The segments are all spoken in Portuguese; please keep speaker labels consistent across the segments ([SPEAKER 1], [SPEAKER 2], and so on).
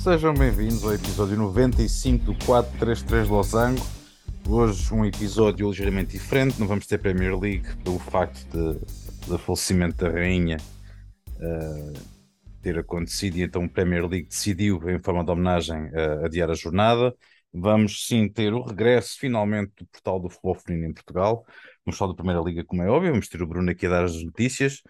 [SPEAKER 1] Sejam bem-vindos ao episódio 95 do 433 Losango. Hoje um episódio ligeiramente diferente, não vamos ter Premier League pelo facto do falecimento da rainha ter acontecido e então a Premier League decidiu, em forma de homenagem, adiar a jornada. Vamos sim ter o regresso finalmente do portal do futebol feminino em Portugal. Vamos falar da Primeira Liga, como é óbvio, vamos ter o Bruno aqui a dar as notícias.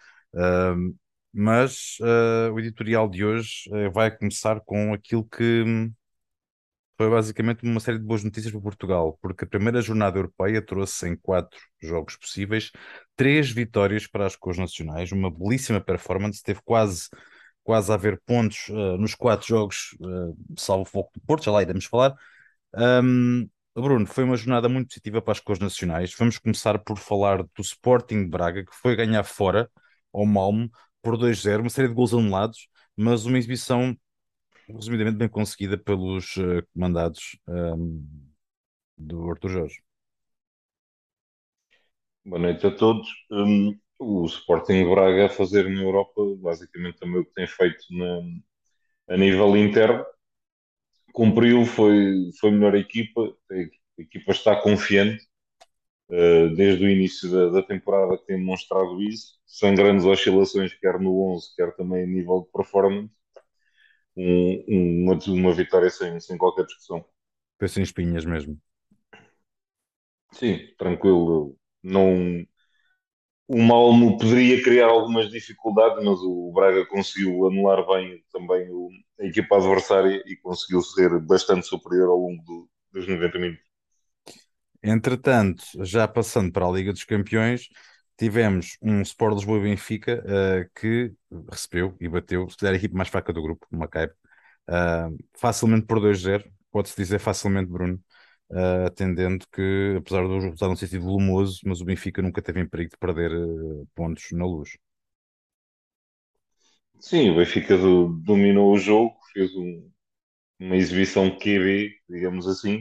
[SPEAKER 1] Mas o editorial de hoje vai começar com aquilo que foi basicamente uma série de boas notícias para Portugal, porque a primeira jornada europeia trouxe em quatro jogos possíveis três vitórias para as cores nacionais, uma belíssima performance, teve quase a haver pontos nos quatro jogos, salvo o Foco do Porto, já lá iremos falar. Bruno, foi uma jornada muito positiva para as cores nacionais. Vamos começar por falar do Sporting de Braga, que foi ganhar fora ao Malmo por 2-0, uma série de gols anulados, mas uma exibição resumidamente bem conseguida pelos comandados do Arthur Jorge.
[SPEAKER 2] Boa noite a todos. O Sporting de Braga a fazer na Europa basicamente também o que tem feito a nível interno. Cumpriu, foi a melhor equipa, a equipa está confiante desde o início da temporada que tem demonstrado isso, sem grandes oscilações, quer no 11, quer também a nível de performance. Uma vitória sem qualquer discussão.
[SPEAKER 1] Foi sem espinhas mesmo.
[SPEAKER 2] Sim, tranquilo. Não, o Malmo poderia criar algumas dificuldades, mas o Braga conseguiu anular bem também a equipa adversária e conseguiu ser bastante superior ao longo dos 90 minutos.
[SPEAKER 1] Entretanto, já passando para a Liga dos Campeões, tivemos um Sport Lisboa e Benfica que recebeu e bateu, se calhar, a equipe mais fraca do grupo, o Maccabi, facilmente por 2-0, pode-se dizer facilmente, Bruno, atendendo que, apesar do resultado não ter sido volumoso, mas o Benfica nunca teve em perigo de perder pontos na Luz.
[SPEAKER 2] Sim, o Benfica dominou o jogo, fez uma exibição de QB, digamos assim,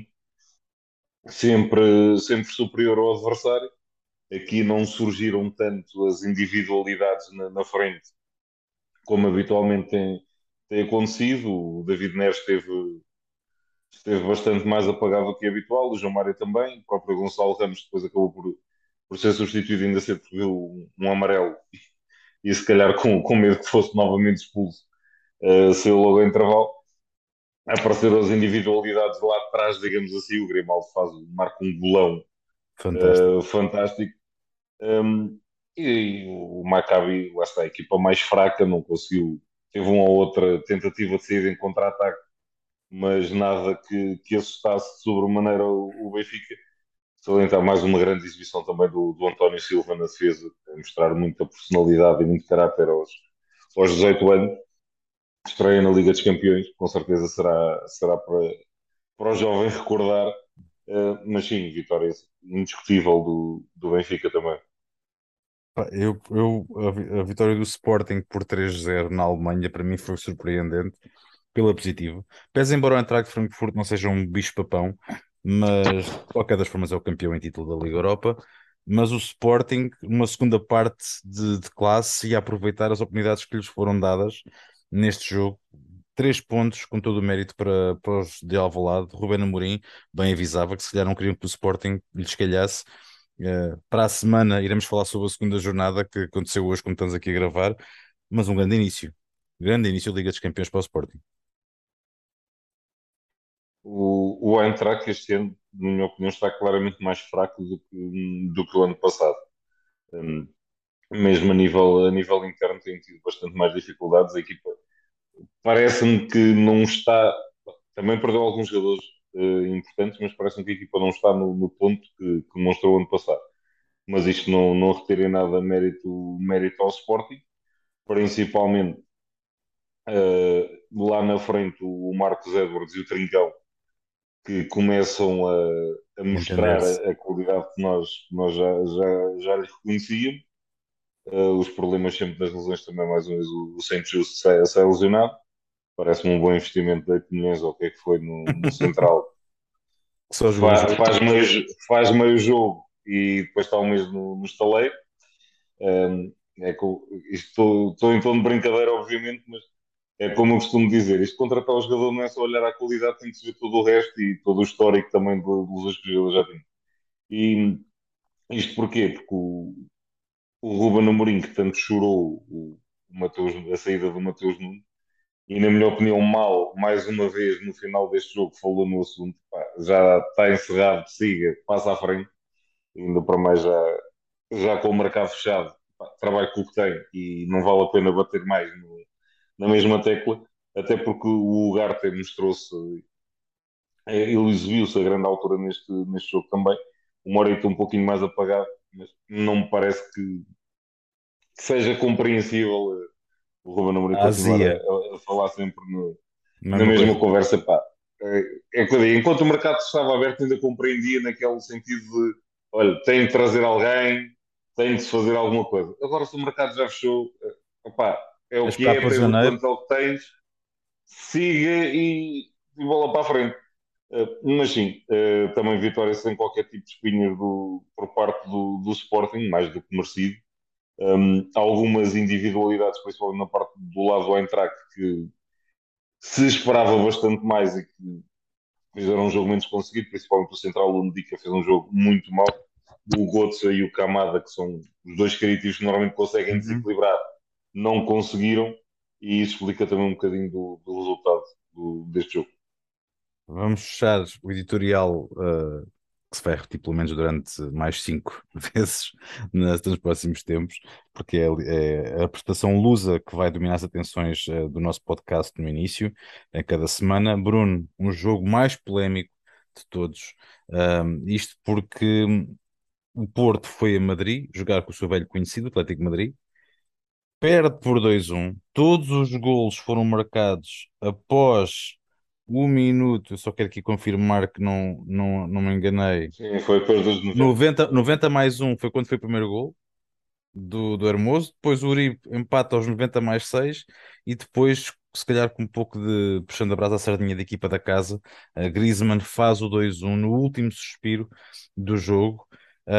[SPEAKER 2] sempre superior ao adversário. Aqui não surgiram tanto as individualidades na frente como habitualmente tem acontecido. O David Neres esteve bastante mais apagado do que é habitual, o João Mário também, o próprio Gonçalo Ramos depois acabou por ser substituído ainda cedo porque viu um amarelo e se calhar com medo que fosse novamente expulso, saiu logo em intervalo. Apareceram as individualidades lá atrás, digamos assim, o Grimaldo marca um golão
[SPEAKER 1] Fantástico.
[SPEAKER 2] fantástico. Um, e o Maccabi, lá está, a equipa mais fraca, não conseguiu, teve uma ou outra tentativa de sair em contra-ataque, mas nada que assustasse sobremaneira o Benfica. Salientar mais uma grande exibição também do António Silva na defesa, a mostrar muita personalidade e muito caráter aos 18 anos. Estreia na Liga dos Campeões, com certeza será para o jovem recordar, mas sim, vitória indiscutível do Benfica também.
[SPEAKER 1] Pá, a vitória do Sporting por 3-0 na Alemanha para mim foi surpreendente pela positiva. Pese embora o Eintracht Frankfurt não seja um bicho-papão, mas de qualquer das formas é o campeão em título da Liga Europa. Mas o Sporting, uma segunda parte de classe e a aproveitar as oportunidades que lhes foram dadas neste jogo. 3 pontos com todo o mérito para os de Alvalade. Ruben Amorim bem avisava que se calhar não queriam que o Sporting lhes calhasse. Para a semana iremos falar sobre a segunda jornada que aconteceu hoje, como estamos aqui a gravar, mas um grande início. Grande início da Liga dos Campeões para o Sporting.
[SPEAKER 2] O Eintracht este ano, na minha opinião, está claramente mais fraco do que o ano passado. Um, Mesmo a nível interno tem tido bastante mais dificuldades. A equipa parece-me que não está. Também perdeu alguns jogadores importantes, mas parece-me que a equipa não está no ponto que mostrou o ano passado. Mas isto não retira em nada mérito ao Sporting, principalmente lá na frente o Marcos Edwards e o Trincão, que começam a mostrar
[SPEAKER 1] Entender-se.
[SPEAKER 2] a qualidade que nós já lhe reconhecíamos. Os problemas sempre das lesões também, mais uma vez, o Santos Justo sai lesionado. Parece-me um bom investimento de 8 milhões, ou o que é que foi no Central.
[SPEAKER 1] Que só jogou um jogo.
[SPEAKER 2] Faz meio jogo e depois está um mês no estaleiro. É que estou em tom de brincadeira, obviamente, mas é como eu costumo dizer, isto contratar o jogador não é só olhar à qualidade, tem que se ver todo o resto e todo o histórico também de lesões que o jogador já tem. E isto porquê? Porque o Ruben Amorim, que tanto chorou Mateus, a saída do Mateus Nunes, e na minha opinião, mal, mais uma vez, no final deste jogo, falou no assunto, pá, já está encerrado, siga, passa à frente, ainda para mais já com o mercado fechado, pá, trabalho com o que tem e não vale a pena bater mais na mesma tecla, até porque o Ugarte mostrou-se, ele exibiu-se a grande altura neste jogo também, o Morita um pouquinho mais apagado, mas não me parece que seja compreensível o Ruben Amorim
[SPEAKER 1] A
[SPEAKER 2] continuar
[SPEAKER 1] azia,
[SPEAKER 2] a falar sempre na
[SPEAKER 1] mesma
[SPEAKER 2] mesma
[SPEAKER 1] coisa.
[SPEAKER 2] conversa, pá. É o que eu digo, enquanto o mercado estava aberto, ainda compreendia naquele sentido de, olha, tem de trazer alguém, tem de se fazer alguma coisa. Agora, se o mercado já fechou, opá, é
[SPEAKER 1] É
[SPEAKER 2] o que
[SPEAKER 1] esperar
[SPEAKER 2] é,
[SPEAKER 1] para
[SPEAKER 2] tens o
[SPEAKER 1] janeiro.
[SPEAKER 2] plantel que tens, siga e bola para a frente. Mas sim, também vitória sem qualquer tipo de espinhas por parte do Sporting, mais do que merecido. Algumas individualidades, principalmente na parte do lado do Eintracht, que se esperava bastante mais e que fizeram um jogo menos conseguido, principalmente o Central, o Ndica fez um jogo muito mau. O Götze e o Kamada, que são os dois críticos que normalmente conseguem
[SPEAKER 1] Uhum.
[SPEAKER 2] desequilibrar, não conseguiram, e isso explica também um bocadinho do resultado deste jogo.
[SPEAKER 1] Vamos fechar o editorial, que se vai repetir pelo menos durante mais 5 vezes nos próximos tempos, porque é a prestação lusa que vai dominar as atenções, do nosso podcast no início, em cada semana. Bruno, um jogo mais polémico de todos. Isto porque o Porto foi a Madrid jogar com o seu velho conhecido, Atlético de Madrid, perde por 2-1. Todos os golos foram marcados após o minuto. Eu só quero aqui confirmar que não me enganei.
[SPEAKER 2] Sim, foi depois dos 90.
[SPEAKER 1] 90 mais um foi quando foi o primeiro gol do Hermoso. Depois o Uribe empata aos 90 mais 6 e depois, se calhar com um pouco de puxando a brasa à sardinha da equipa da casa, a Griezmann faz o 2-1 no último suspiro do jogo.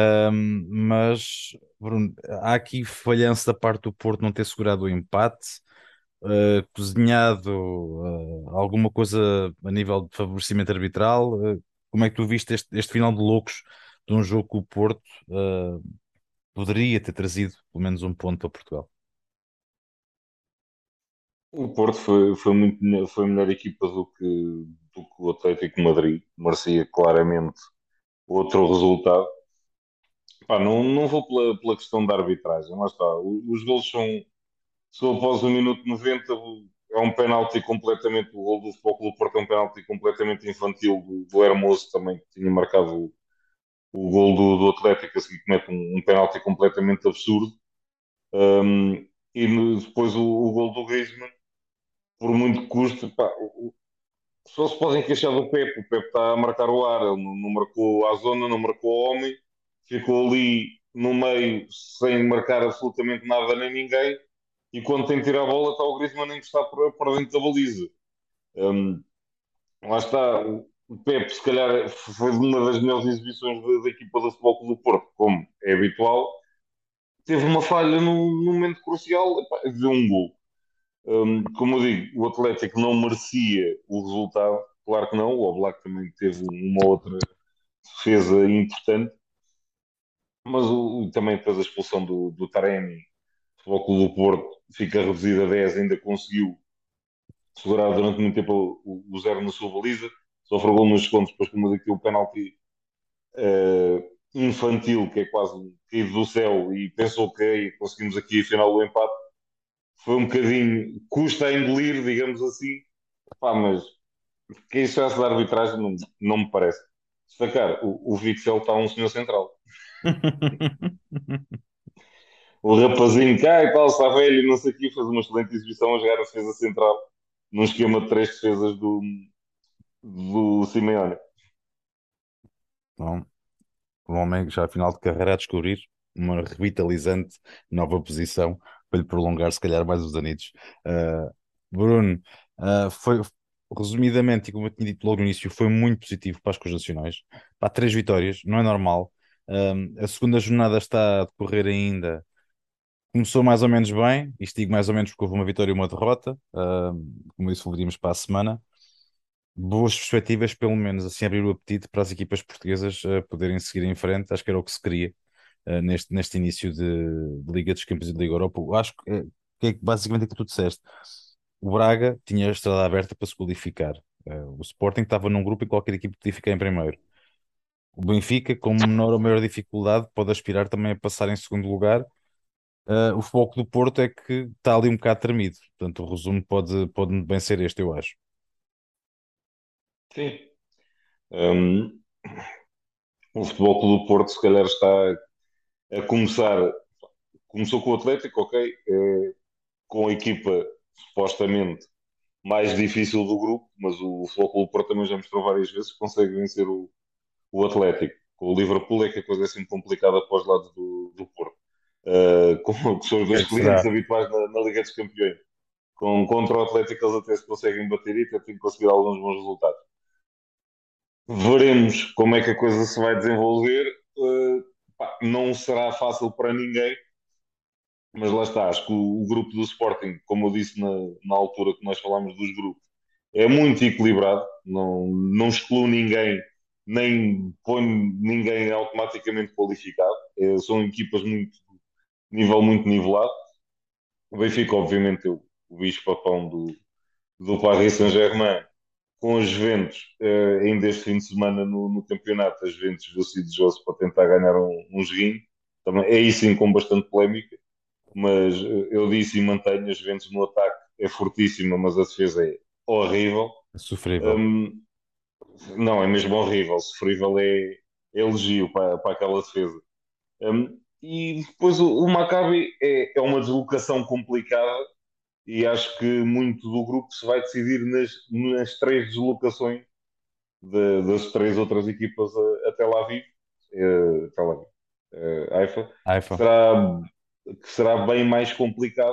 [SPEAKER 1] Mas, Bruno, há aqui falhança da parte do Porto não ter segurado o empate. Cozinhado, alguma coisa a nível de favorecimento arbitral. Como é que tu viste este final de loucos de um jogo que o Porto poderia ter trazido pelo menos um ponto para Portugal?
[SPEAKER 2] O Porto foi muito, foi a melhor equipa do que o Atlético de Madrid, merecia claramente outro resultado. Pá, não vou pela questão da arbitragem, lá está. Os gols são após o minuto 90, é um penalti completamente, o gol do Futebol Clube do Porto é um penalti completamente infantil do Hermoso também, que tinha marcado o gol do Atlético, a seguir comete um penalti completamente absurdo. Um, e depois o gol do Griezmann, por muito que custe, pá, só se pode encaixar do Pepe. O Pepe está a marcar o ar, ele não marcou a zona, não marcou o homem, ficou ali no meio sem marcar absolutamente nada nem ninguém. E quando tem que tirar a bola, está o Griezmann a encostar para dentro da baliza. Um, Lá está, o Pepe, se calhar, foi uma das melhores exibições da equipa do Futebol Clube do Porto, como é habitual. Teve uma falha num momento crucial, epá, deu um gol. Como eu digo, o Atlético não merecia o resultado, claro que não. O Oblak também teve uma outra defesa importante, mas também depois a expulsão do Taremi, o Futebol Clube do Porto fica reduzido a 10, ainda conseguiu segurar durante muito tempo o zero na sua baliza, sofre o gol nos segundos, depois como eu digo, o penalti infantil, que é quase caído do céu, e pensou, ok, conseguimos aqui afinal o empate. Foi um bocadinho, custa a engolir, digamos assim, pá, mas queixar-se da arbitragem não me parece. Destacar, o Witzel está um senhor central. O rapazinho cá e tal, está velho e não sei o quê, fez uma excelente exibição a jogar a defesa central num esquema de três defesas do Simeone.
[SPEAKER 1] Não, um homem já a final de carreira a descobrir uma revitalizante nova posição para lhe prolongar se calhar mais uns anitos. Uh, Bruno, foi resumidamente, e como eu tinha dito logo no início, foi muito positivo para as coisas nacionais. Há 3 vitórias, não é normal. A segunda jornada está a decorrer ainda. Começou mais ou menos bem, isto digo mais ou menos porque houve uma vitória e uma derrota, como disse, volveríamos para a semana. Boas perspectivas, pelo menos assim, abrir o apetite para as equipas portuguesas poderem seguir em frente, acho que era o que se queria neste início de Liga dos Campeões e de Liga Europa. Eu acho que é basicamente o que tu disseste. O Braga tinha a estrada aberta para se qualificar. O Sporting estava num grupo e qualquer equipe podia ficar em primeiro. O Benfica, com menor ou maior dificuldade, pode aspirar também a passar em segundo lugar. O foco do Porto é que está ali um bocado tremido. Portanto, o resumo pode muito bem ser este, eu acho.
[SPEAKER 2] Sim. Um, o Futebol Clube do Porto, se calhar, está a começar. Começou com o Atlético, ok, com a equipa supostamente mais difícil do grupo, mas o Futebol Clube do Porto também já mostrou várias vezes que consegue vencer o Atlético. Com o Liverpool é que a coisa é sempre complicada para os lados do Porto. Que são os
[SPEAKER 1] Que
[SPEAKER 2] dois
[SPEAKER 1] é que
[SPEAKER 2] clientes
[SPEAKER 1] será?
[SPEAKER 2] habituais na Liga dos Campeões. Contra o Atlético eles até se conseguem bater e até têm conseguido alguns bons resultados. Veremos como é que a coisa se vai desenvolver. Pá, não será fácil para ninguém, mas lá está. Acho que o grupo do Sporting, como eu disse na altura que nós falámos dos grupos, é muito equilibrado. Não exclui ninguém, nem põe ninguém automaticamente qualificado. São equipas muito nível muito nivelado. O Benfica, obviamente, é o bicho-papão do Paris Saint-Germain, com os Juventus, ainda este fim de semana no campeonato, as Juventus viu-se desejoso para tentar ganhar um joguinho. Também, é isso sim com bastante polémica, mas eu disse e mantenho, as Juventus no ataque é fortíssima, mas a defesa é horrível.
[SPEAKER 1] É sofrível.
[SPEAKER 2] Hum, não, é mesmo horrível. Sofrível é elogio para aquela defesa. E depois o Maccabi é uma deslocação complicada e acho que muito do grupo se vai decidir nas três deslocações das três outras equipas a Tel Aviv, Tel Aviv, Haifa, que
[SPEAKER 1] Haifa.
[SPEAKER 2] será bem mais complicado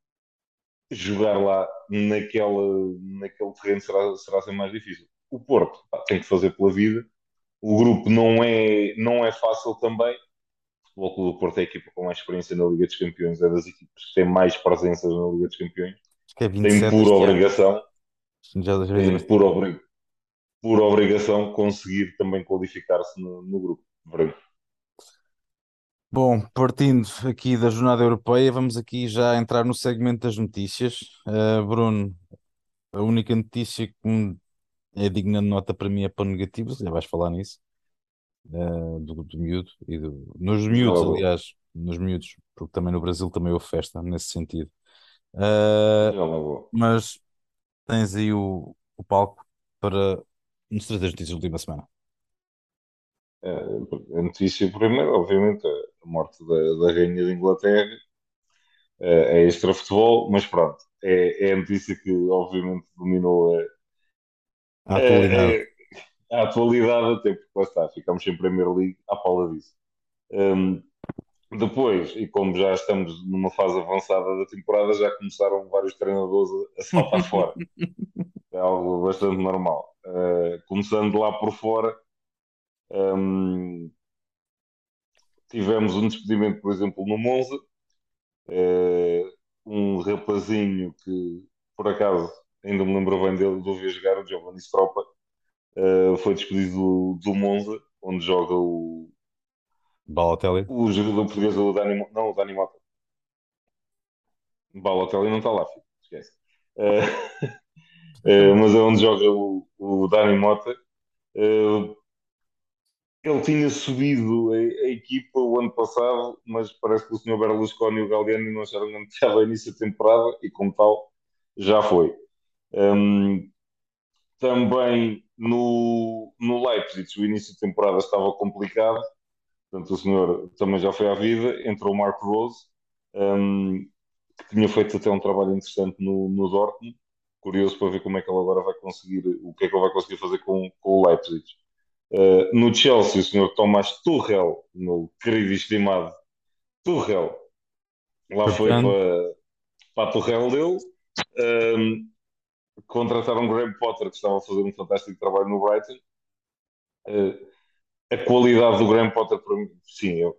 [SPEAKER 2] jogar lá naquele terreno, será ser mais difícil. O Porto pá, tem que fazer pela vida. O grupo não é fácil também. O Futebol Clube do Porto é a equipa com mais experiência na Liga dos Campeões, é das equipas que tem mais presenças na Liga dos Campeões.
[SPEAKER 1] Acho que é
[SPEAKER 2] Tem
[SPEAKER 1] 27
[SPEAKER 2] por
[SPEAKER 1] este ano.
[SPEAKER 2] obrigação,
[SPEAKER 1] Já vai dizer
[SPEAKER 2] tem
[SPEAKER 1] este ano.
[SPEAKER 2] por obrigação conseguir também qualificar-se no grupo. Veremos.
[SPEAKER 1] Bom, partindo aqui da jornada europeia, vamos aqui já entrar no segmento das notícias. Bruno, a única notícia que é digna de nota para mim é para negativo, já vais falar nisso, do miúdo nos
[SPEAKER 2] Já
[SPEAKER 1] miúdos,
[SPEAKER 2] lá vou.
[SPEAKER 1] aliás, nos miúdos, porque também no Brasil também houve festa nesse sentido. Uh,
[SPEAKER 2] Já lá vou.
[SPEAKER 1] mas tens aí o palco para nos trazer as notícias da última semana.
[SPEAKER 2] A notícia primeiro, obviamente, a morte da Rainha de Inglaterra, é extra futebol, mas pronto, é a notícia que obviamente dominou
[SPEAKER 1] A atualidade.
[SPEAKER 2] a- a atualidade, até porque lá está, ficamos sem Premier League à pala disso. Um, Depois, e como já estamos numa fase avançada da temporada, já começaram vários treinadores a saltar fora. É algo bastante normal. Começando lá por fora, um, tivemos um despedimento, por exemplo, no Monza, um rapazinho que, por acaso, ainda me lembro bem dele, de ouvir jogar, o Giovanni Stropa, foi despedido do Monza, onde joga
[SPEAKER 1] Balotelli.
[SPEAKER 2] o jogador português, o Dani, não, o Dani Mota. Balotelli não está lá, filho, esquece. Eh, mas é onde joga o Dani Mota. Eh, Ele tinha subido a equipa o ano passado, mas parece que o senhor Berlusconi e o Galliani não acharam grande piada ao início da temporada e, como tal, já foi. Um, Também no Leipzig, o início de temporada estava complicado, portanto, o senhor também já foi à vida. Entrou o Marco Rose, um, que tinha feito até um trabalho interessante no Dortmund. Curioso para ver como é que ele agora vai conseguir, o que é que ele vai conseguir fazer com o Leipzig. No Chelsea, o senhor Tomás Tuchel, meu querido e estimado Tuchel, lá foi
[SPEAKER 1] Fernando,
[SPEAKER 2] para a Tuchel dele. Um, Contrataram Graham Potter, que estava a fazer um fantástico trabalho no Brighton. Uh, a qualidade do Graham Potter, para mim, sim,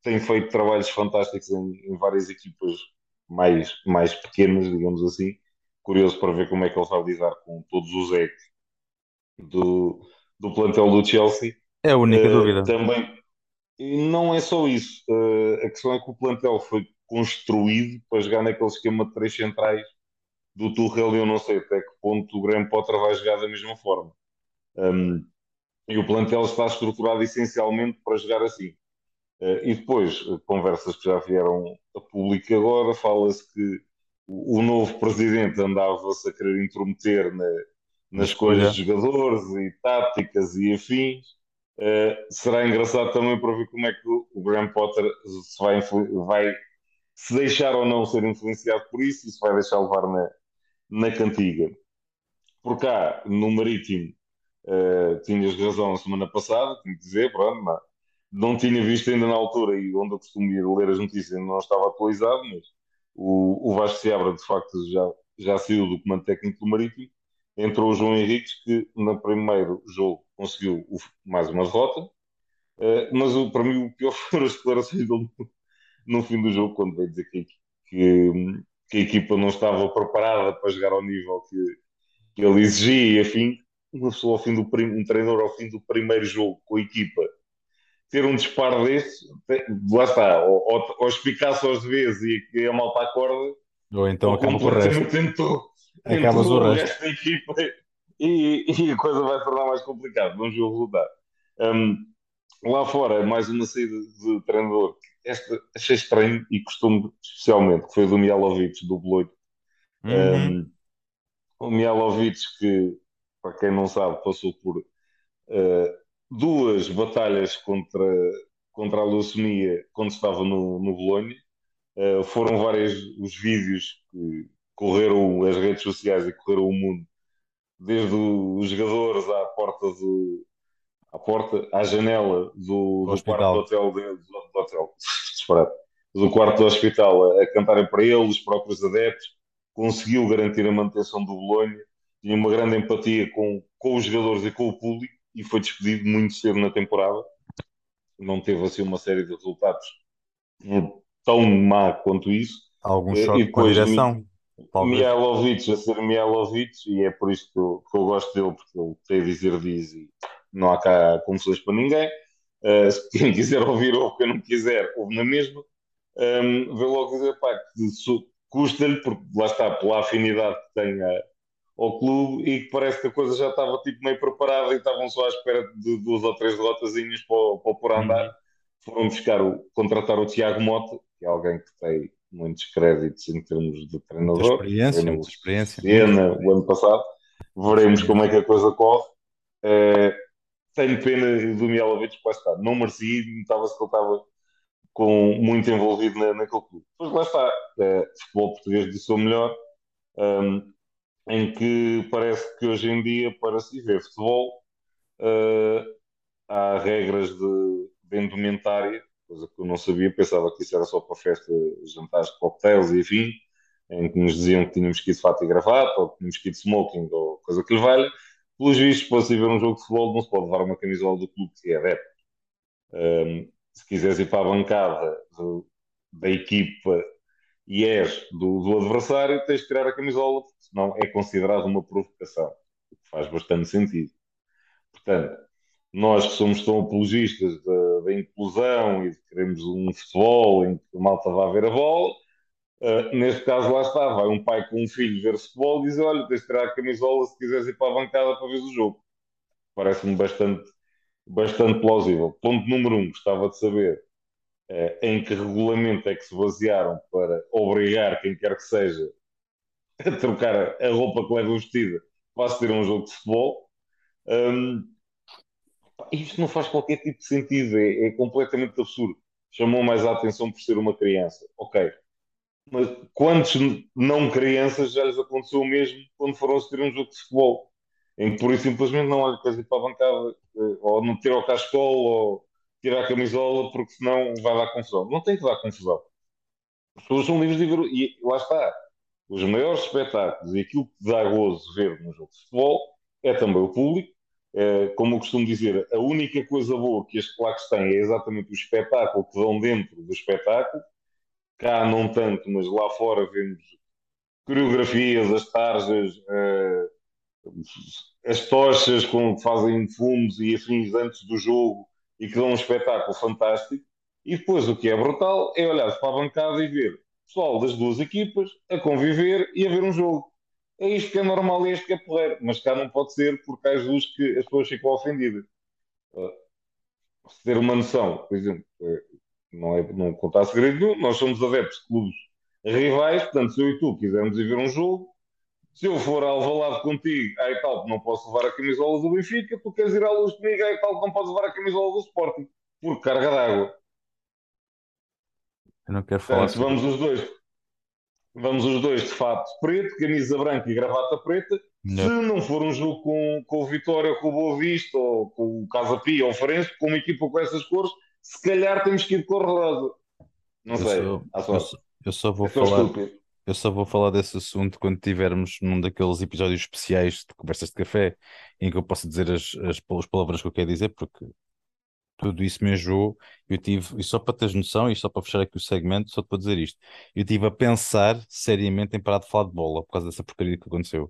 [SPEAKER 2] tem feito trabalhos fantásticos em várias equipas mais pequenas, digamos assim. Curioso para ver como é que ele vai lidar com todos os egos do, do plantel do Chelsea.
[SPEAKER 1] É a única dúvida.
[SPEAKER 2] Também, e não é só isso. A questão é que o plantel foi construído para jogar naquele esquema de três centrais do Tuchel e eu não sei até que ponto o Graham Potter vai jogar da mesma forma. Um, e o plantel está estruturado essencialmente para jogar assim. E depois, conversas que já vieram a público agora, fala-se que o novo presidente andava-se a querer intrometer
[SPEAKER 1] Na
[SPEAKER 2] nas escolhas
[SPEAKER 1] escolha.
[SPEAKER 2] de jogadores e táticas e afins. Será engraçado também para ver como é que o Graham Potter vai se deixar ou não ser influenciado por isso e se vai deixar levar na cantiga. Por cá, no Marítimo, tinhas razão a semana passada, tenho que dizer, pronto, não tinha visto ainda na altura e onde eu costumo ir ler as notícias ainda não estava atualizado, mas o Vasco Seabra de facto já saiu do comando técnico do Marítimo. Entrou o João Henriques, que no primeiro jogo conseguiu mais uma derrota, mas para mim o pior foram as declarações dele no fim do jogo, quando veio dizer que, que a equipa não estava preparada para jogar ao nível que ele exigia, e afim, uma pessoa ao fim um treinador ao fim do primeiro jogo com a equipa ter um disparo destes, lá está, ou espicasse aos vezes e a malta acorda,
[SPEAKER 1] Ou então
[SPEAKER 2] ou
[SPEAKER 1] acaba com o resto.
[SPEAKER 2] completamente
[SPEAKER 1] Acabas o
[SPEAKER 2] entrou o
[SPEAKER 1] resto.
[SPEAKER 2] resto da equipa e a coisa vai tornar mais complicada. Vamos ver o resultado. Um, Lá fora, mais uma saída de treinador. Esta achei estranho e costume especialmente, que foi do Mialovic, do Bolonha.
[SPEAKER 1] Uhum.
[SPEAKER 2] Um, o Mialovic, que, para quem não sabe, passou por duas batalhas contra a leucemia quando estava no Bolonha. Foram vários os vídeos que correram as redes sociais e correram o mundo, desde os jogadores à janela
[SPEAKER 1] O
[SPEAKER 2] do quarto do
[SPEAKER 1] hospital.
[SPEAKER 2] hotel, do hotel, disparate, do quarto do hospital a cantarem para ele, os próprios adeptos, conseguiu garantir a manutenção do Bolonha, tinha uma grande empatia com os jogadores e com o público e foi despedido muito cedo na temporada. Não teve assim uma série de resultados tão má quanto isso.
[SPEAKER 1] Algum
[SPEAKER 2] E
[SPEAKER 1] choque com a
[SPEAKER 2] depois
[SPEAKER 1] direção? Talvez.
[SPEAKER 2] Mihailovic a ser Mihailovic, e é por isso que eu gosto dele, porque ele tem a dizer diz e não há cá confusões para ninguém. Se quem quiser ouvir, ouve, quem não quiser, ouve na mesma. Vê logo dizer, pá, que custa-lhe, porque lá está, pela afinidade que tem ao clube e que parece que a coisa já estava tipo meio preparada e estavam só à espera de duas ou três derrotazinhas para pôr a andar.
[SPEAKER 1] Uhum.
[SPEAKER 2] Foram contratar o Tiago Mota, que é alguém que tem muitos créditos em termos de treinador, treinou o
[SPEAKER 1] Muita experiência, muita
[SPEAKER 2] Siena o
[SPEAKER 1] experiência,
[SPEAKER 2] ano passado.
[SPEAKER 1] muita
[SPEAKER 2] Veremos como é
[SPEAKER 1] experiência.
[SPEAKER 2] que a coisa corre. Eh, Tenho pena do Mihailovic, lá está, não merecia, notava-se que ele estava muito envolvido naquele clube. Pois lá está, futebol português do seu melhor, um, em que parece que hoje em dia, para se ver futebol, uh, há regras de indumentária, coisa que eu não sabia, pensava que isso era só para festa, jantares de cocktails e enfim, em que nos diziam que tínhamos que ir de fato e gravata, ou que tínhamos que ir de smoking, ou coisa que lhe valha. Pelos vistos, para se ver um jogo de futebol, não se pode levar uma camisola do clube que é adepto. Se quiseres ir para a bancada da equipa e és do adversário, tens de tirar a camisola, porque senão é considerado uma provocação, o que faz bastante sentido. Portanto, nós que somos tão apologistas da inclusão e de que queremos um futebol em que a malta vá ver a bola, neste caso lá está, vai um pai com um filho ver futebol e diz, olha, tens de tirar a camisola se quiseres ir para a bancada para ver o jogo. Parece-me bastante plausível. Ponto número um, gostava de saber em que regulamento é que se basearam para obrigar quem quer que seja a trocar a roupa que leva vestida para assistir a um jogo de futebol. Um, Isto não faz qualquer tipo de sentido, é completamente absurdo. Chamou mais a atenção por ser uma criança. Ok, mas quantos não crianças já lhes aconteceu o mesmo quando foram assistir a um jogo de futebol? Em que, por isso, simplesmente não olha, queres ir para a bancada, ou não tira o cascol, ou tira a camisola, porque senão vai dar confusão. Não tem que dar confusão. As pessoas são livres de ver, e lá está. Os maiores espetáculos e aquilo que dá gozo ver num jogo de futebol é também o público, Como eu costumo dizer, a única coisa boa que as claques têm é exatamente o espetáculo que dão dentro do espetáculo. Cá não tanto, mas lá fora vemos coreografias, as tarjas, as tochas que fazem fumos e afins antes do jogo e que dão um espetáculo fantástico. E depois o que é brutal é olhar para a bancada e ver pessoal das duas equipas a conviver e a ver um jogo. É isto que é normal e é isto que é porreiro. Mas cá não pode ser porque há Jesus que as pessoas ficam ofendidas. Se ter uma noção, por exemplo, não contar segredo nenhum, nós somos adeptos de clubes rivais, portanto, se eu e tu quisermos ir ver um jogo, se eu for a Alvalade contigo, aí tal, não posso levar a camisola do Benfica, tu queres ir à Luz comigo, aí tal, não podes levar a camisola do Sporting, por carga d'água.
[SPEAKER 1] Eu não quero falar
[SPEAKER 2] Portanto,
[SPEAKER 1] sobre.
[SPEAKER 2] vamos os dois de fato preto, camisa branca e gravata preta. Se
[SPEAKER 1] Yep.
[SPEAKER 2] não for um jogo com o Vitória, com o Boa Vista, ou com o Casa Pia, ou o Farense, com uma equipa com essas cores, se calhar temos que ir de cor rosa. Não
[SPEAKER 1] Eu
[SPEAKER 2] sei,
[SPEAKER 1] só,
[SPEAKER 2] à
[SPEAKER 1] eu
[SPEAKER 2] sorte.
[SPEAKER 1] só, eu só vou
[SPEAKER 2] Estou
[SPEAKER 1] falar.
[SPEAKER 2] estúpido.
[SPEAKER 1] Eu só vou falar desse assunto quando tivermos num daqueles episódios especiais de conversas de café em que eu possa dizer as palavras que eu quero dizer, porque tudo isso me enjoou. Eu tive, e só para teres noção, e só para fechar aqui o segmento, só para dizer isto, eu tive a pensar seriamente em parar de falar de bola por causa dessa porcaria que aconteceu.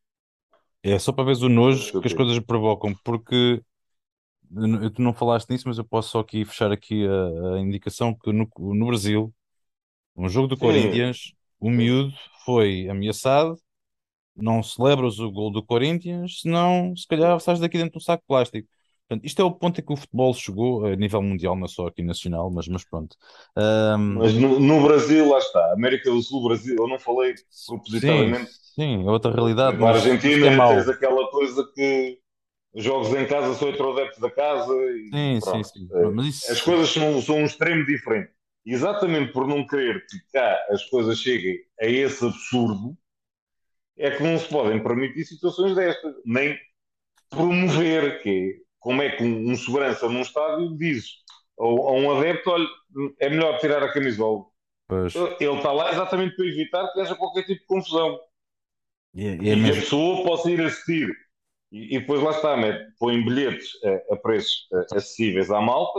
[SPEAKER 1] É só para veres o
[SPEAKER 2] Estou
[SPEAKER 1] nojo que as
[SPEAKER 2] estúpido.
[SPEAKER 1] coisas me provocam, porque tu não falaste nisso, mas eu posso só aqui fechar aqui a indicação que no Brasil, um jogo do
[SPEAKER 2] Sim,
[SPEAKER 1] Corinthians, o miúdo foi ameaçado. Não celebras o gol do Corinthians, senão se calhar sais daqui dentro de um saco de plástico. Portanto, isto é o ponto em que o futebol chegou a nível mundial, não só aqui nacional, mas pronto. Ahm,
[SPEAKER 2] mas no Brasil, lá está. América do Sul, Brasil, eu não falei
[SPEAKER 1] sim,
[SPEAKER 2] propositadamente.
[SPEAKER 1] sim, é outra realidade,
[SPEAKER 2] Tens a
[SPEAKER 1] mas isto é
[SPEAKER 2] Argentina, tens
[SPEAKER 1] mau.
[SPEAKER 2] aquela coisa que jogos em casa sou outro adepto da casa e
[SPEAKER 1] Sim, sim,
[SPEAKER 2] pronto.
[SPEAKER 1] sim. Mas
[SPEAKER 2] As
[SPEAKER 1] isso,
[SPEAKER 2] coisas são um extremo diferente. E exatamente por não querer que cá as coisas cheguem a esse absurdo, é que não se podem permitir situações destas, nem promover, que é como é que um segurança num estádio diz a um adepto, olha, é melhor tirar a camisola.
[SPEAKER 1] pois,
[SPEAKER 2] Ele está lá exatamente para evitar que haja qualquer tipo de confusão
[SPEAKER 1] é
[SPEAKER 2] e que a
[SPEAKER 1] mesmo.
[SPEAKER 2] pessoa possa ir assistir. E depois lá está, né? Põe bilhetes a preços acessíveis à malta,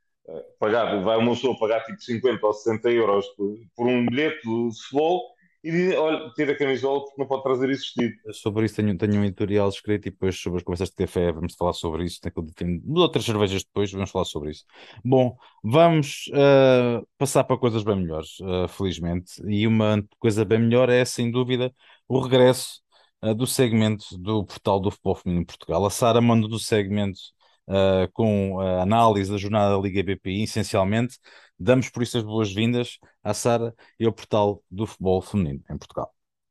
[SPEAKER 2] vai uma pessoa pagar tipo 50 ou 60 euros por um bilhete de futebol e diz, olha, tira a camisola porque não pode trazer isso vestido.
[SPEAKER 1] Sobre isso tenho um editorial escrito e depois sobre as conversas de café vamos falar sobre isso. Tem outras cervejas depois, vamos falar sobre isso. Bom, vamos passar para coisas bem melhores, felizmente. E uma coisa bem melhor é, sem dúvida, o regresso do segmento do Portal do Futebol Feminino em Portugal. A Sara manda do segmento com a análise da jornada da Liga BPI, essencialmente. Damos por isso as boas-vindas à Sara e ao Portal do Futebol Feminino em Portugal.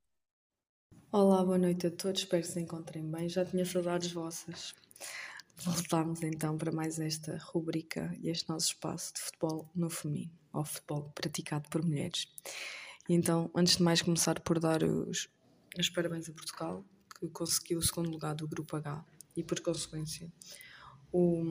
[SPEAKER 3] Olá, boa noite a todos, espero que se encontrem bem. Já tinha saudades vossas. Voltámos então para mais esta rubrica e este nosso espaço de futebol no feminino, ou futebol praticado por mulheres. Então, antes de mais, começar por dar os parabéns a Portugal, que conseguiu o segundo lugar do Grupo H e, por consequência, o,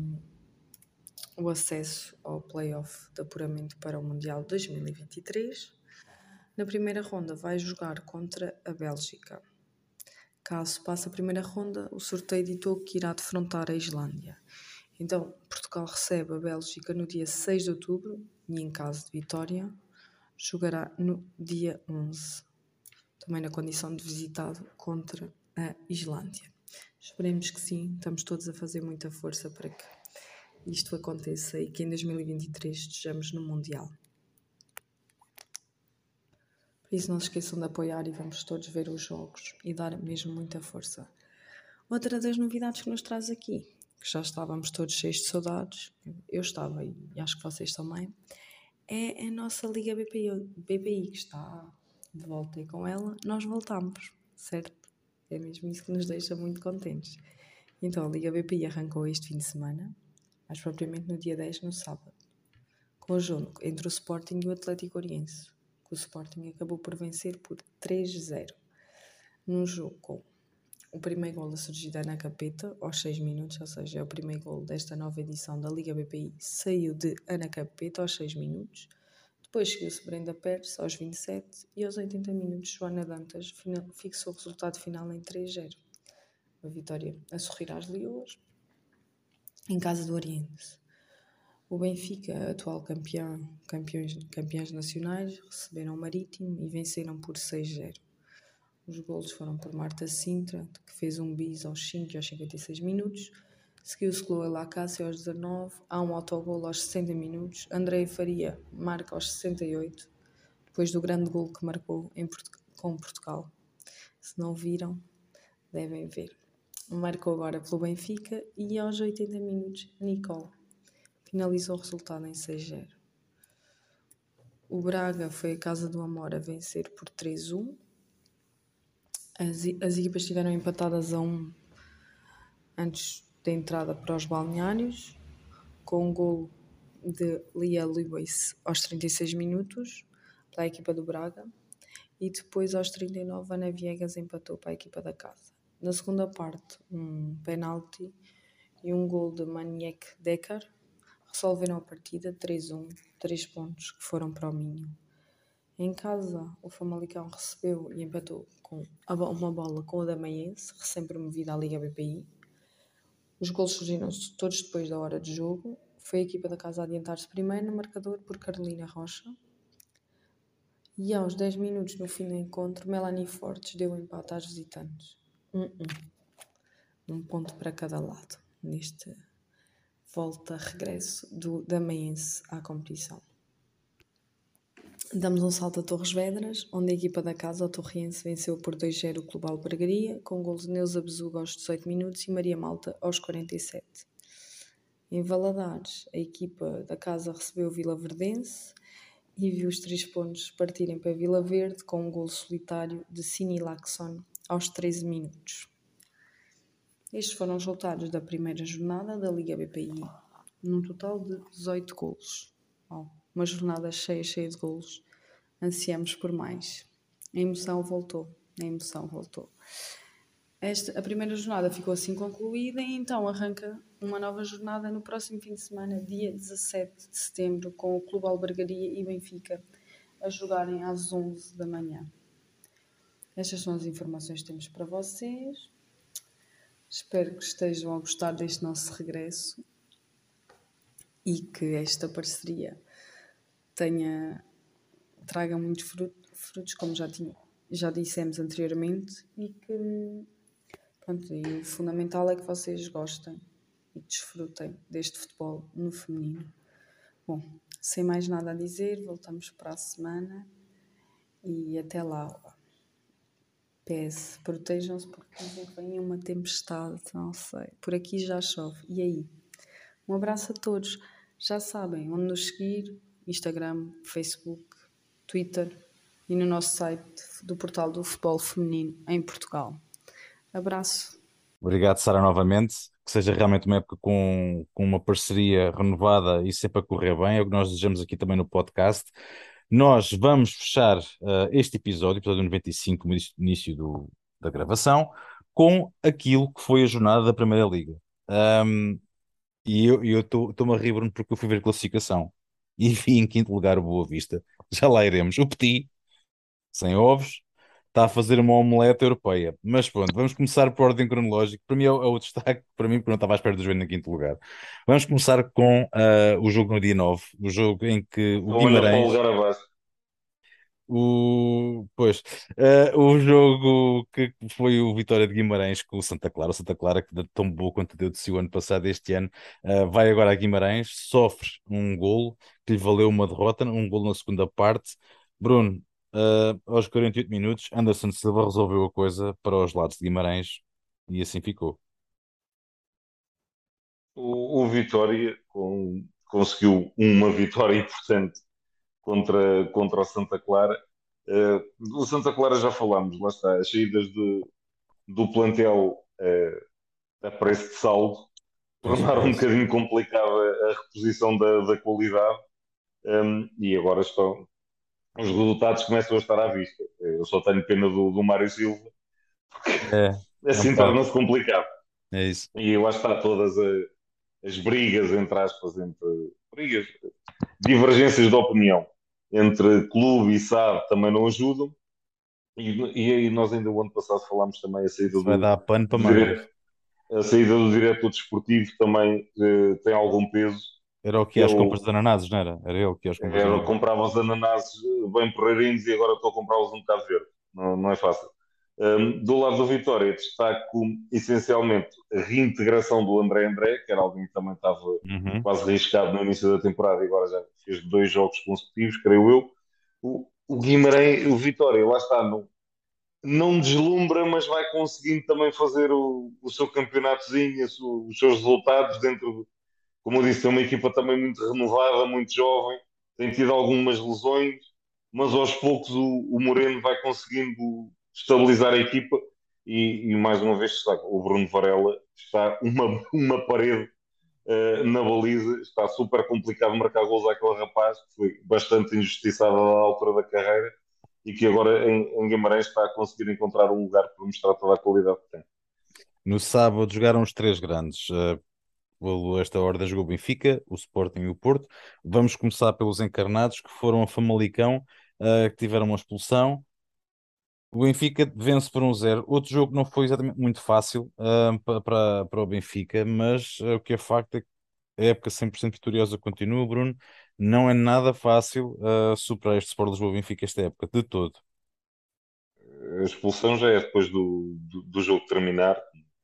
[SPEAKER 3] o acesso ao play-off de apuramento para o Mundial 2023. Na primeira ronda vai jogar contra a Bélgica. Caso passe a primeira ronda, o sorteio ditou que irá defrontar a Islândia. Então, Portugal recebe a Bélgica no dia 6 de outubro e, em caso de vitória, jogará no dia 11, também na condição de visitado contra a Islândia. Esperemos que sim, estamos todos a fazer muita força para que isto aconteça e que em 2023 estejamos no Mundial. Por isso não se esqueçam de apoiar e vamos todos ver os jogos e dar mesmo muita força. Outra das novidades que nos traz aqui, que já estávamos todos cheios de saudades, eu estava e acho que vocês também, é a nossa Liga BPI que está de volta e com ela nós voltamos, certo? É mesmo isso que nos deixa muito contentes. Então a Liga BPI arrancou este fim de semana, mais propriamente no dia 10, no sábado, com o jogo entre o Sporting e o Atlético Oriense, que o Sporting acabou por vencer por 3-0, num jogo com o primeiro gol a surgir da Ana Capeta aos 6 minutos, ou seja, é o primeiro gol desta nova edição da Liga BPI, saiu de Ana Capeta aos 6 minutos. Depois seguiu-se Brenda Pérez aos 27 e aos 80 minutos Joana Dantas fixou o resultado final em 3-0. uma vitória a sorrir às leoas, em casa do Oriente. O Benfica, atual campeões nacionais, receberam o Marítimo e venceram por 6-0. Os golos foram por Marta Sintra, que fez um bis aos 5 e aos 56 minutos. Seguiu-se Chloé Lacácio aos 19. Há um autogolo aos 60 minutos. Andréia Faria marca aos 68, depois do grande golo que marcou com Portugal. Se não viram, devem ver. Marcou agora pelo Benfica e aos 80 minutos, Nicole finalizou o resultado em 6-0. O Braga foi a Casa do Amor a vencer por 3-1. As equipas estiveram empatadas a 1 antes da entrada para os balneários, com um golo de Lia Lewis aos 36 minutos para a equipa do Braga, e depois aos 39 Ana Viegas empatou para a equipa da casa. Na segunda parte, um penalti e um golo de Maniek Decker resolveram a partida 3-1, 3 pontos que foram para o Minho. Em casa, o Famalicão recebeu e empatou com uma bola com o Damaiense, recém-promovida à Liga BPI. Os golos surgiram todos depois da hora de jogo. Foi a equipa da casa a adiantar-se primeiro no marcador por Carolina Rocha. E aos 10 minutos no fim do encontro, Melanie Fortes deu o empate às visitantes. 1-1. Um ponto para cada lado, neste volta-regresso do Damaiense à competição. Damos um salto a Torres Vedras, onde a equipa da casa, o Torriense, venceu por 2-0 o Clube Albergaria, com golos de Neuza Besuga aos 18 minutos e Maria Malta aos 47. Em Valadares, a equipa da casa recebeu o Vila Verdense e viu os 3 pontos partirem para Vila Verde, com um golo solitário de Cini Laxon aos 13 minutos. Estes foram os resultados da primeira jornada da Liga BPI, num total de 18 golos. Uma jornada cheia de golos. Ansiamos por mais. A emoção voltou. A primeira jornada ficou assim concluída e então arranca uma nova jornada no próximo fim de semana, dia 17 de setembro, com o Clube Albergaria e Benfica a jogarem às 11 da manhã. Estas são as informações que temos para vocês. Espero que estejam a gostar deste nosso regresso e que esta parceria traga muitos frutos, como já dissemos anteriormente, e que e o fundamental é que vocês gostem e desfrutem deste futebol no feminino. Bom, sem mais nada a dizer, voltamos para a semana e até lá. PS, protejam-se porque dizem que vem uma tempestade, não sei. Por aqui já chove. E aí? Um abraço a todos. Já sabem onde nos seguir: Instagram, Facebook, Twitter e no nosso site do portal do futebol feminino em Portugal. Abraço.
[SPEAKER 1] Obrigado, Sara, novamente. Que seja realmente uma época com uma parceria renovada e sempre a correr bem. É o que nós desejamos aqui também no podcast. Nós vamos fechar este episódio 95, no início da gravação, com aquilo que foi a jornada da Primeira Liga. E eu estou-me a rir, Bruno, porque eu fui ver a classificação e vi em quinto lugar o Boa Vista. Já lá iremos. O Petit, sem ovos, está a fazer uma omelete europeia. Mas pronto, vamos começar por ordem cronológica. Para mim é o destaque, para mim, porque não estava à espera de ver no quinto lugar. Vamos começar com o jogo no dia 9, o jogo em que o
[SPEAKER 2] Olha para o
[SPEAKER 1] Guimarães.
[SPEAKER 2] lugar abaixo.
[SPEAKER 1] O jogo que foi o Vitória de Guimarães com o Santa Clara que tão boa quanto deu de si o ano passado, este ano, vai agora a Guimarães, sofre um golo que lhe valeu uma derrota, um golo na segunda parte. Bruno, aos 48 minutos, Anderson Silva resolveu a coisa para os lados de Guimarães e assim ficou.
[SPEAKER 2] O Vitória conseguiu uma vitória importante contra o Santa Clara. Do Santa Clara já falámos, lá está, as saídas do plantel a preço de saldo tornaram um bocadinho complicada a reposição da qualidade. E agora os resultados começam a estar à vista. Eu só tenho pena do Mário Silva,
[SPEAKER 1] É um
[SPEAKER 2] assim
[SPEAKER 1] bocado,
[SPEAKER 2] torna-se complicado.
[SPEAKER 1] é isso.
[SPEAKER 2] E lá está todas as brigas, entre aspas, divergências de opinião entre clube e SAD também não ajudam. E aí nós ainda o ano passado falámos também a saída
[SPEAKER 1] Isso vai dar pano para
[SPEAKER 2] do,
[SPEAKER 1] mangas.
[SPEAKER 2] a saída do diretor desportivo também tem algum peso.
[SPEAKER 1] Era o que ia às compras
[SPEAKER 2] Ele
[SPEAKER 1] de ananases, não era? Era ele que ia às compras de
[SPEAKER 2] era,
[SPEAKER 1] ananases.
[SPEAKER 2] comprava os ananases bem porreirinhos e agora estou a comprá-los um bocado verde. Não, não é fácil. Do lado do Vitória, destaco essencialmente a reintegração do André, que era alguém que também estava
[SPEAKER 1] Uhum.
[SPEAKER 2] quase arriscado no início da temporada e agora já fez 2 jogos consecutivos, creio eu. O Guimarães, o Vitória, lá está, não deslumbra, mas vai conseguindo também fazer o seu campeonatozinho, os seus resultados dentro, como eu disse, é uma equipa também muito renovada, muito jovem, tem tido algumas lesões, mas aos poucos o Moreno vai conseguindo estabilizar a equipa e mais uma vez está, o Bruno Varela está uma parede na baliza, está super complicado marcar gols àquele rapaz que foi bastante injustiçado à altura da carreira e que agora em Guimarães está a conseguir encontrar um lugar para mostrar toda a qualidade que tem.
[SPEAKER 1] No sábado jogaram os três grandes. Esta ordem jogou o Benfica, o Sporting e o Porto. Vamos começar pelos encarnados, que foram a Famalicão, que tiveram uma expulsão. O Benfica vence por 1-0. Outro jogo não foi exatamente muito fácil para o Benfica, mas o que é facto é que a época 100% vitoriosa continua, Bruno. Não é nada fácil superar este Sport Lisboa Benfica esta época, de todo.
[SPEAKER 2] A expulsão já é depois do jogo terminar,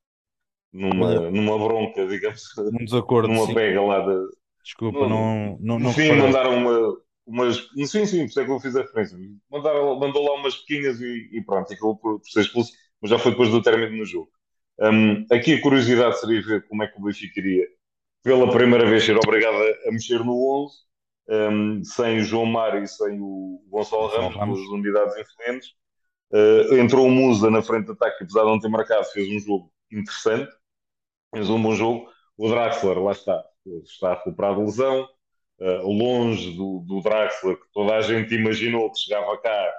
[SPEAKER 1] Olha,
[SPEAKER 2] numa bronca, digamos,
[SPEAKER 1] um desacordo,
[SPEAKER 2] numa
[SPEAKER 1] sim.
[SPEAKER 2] pega lá
[SPEAKER 1] Desculpa,
[SPEAKER 2] no,
[SPEAKER 1] não
[SPEAKER 2] sim,
[SPEAKER 1] reparei.
[SPEAKER 2] mandaram umas. Sim, por isso é que eu fiz a referência. Mandou lá umas pequenas e pronto, acabou por ser expulso, mas já foi depois do término no jogo. Aqui a curiosidade seria ver como é que o Benfica iria, pela primeira vez, ser obrigado a mexer no 11, sem o João Mário e sem o Gonçalo
[SPEAKER 1] Gonçalo
[SPEAKER 2] Ramos, duas
[SPEAKER 1] Ramos,
[SPEAKER 2] unidades influentes. Entrou o Musa na frente de ataque, apesar de não ter marcado, fez um jogo interessante, fez um bom jogo. O Draxler, lá está a recuperar de lesão, longe do Draxler, que toda a gente imaginou que chegava cá,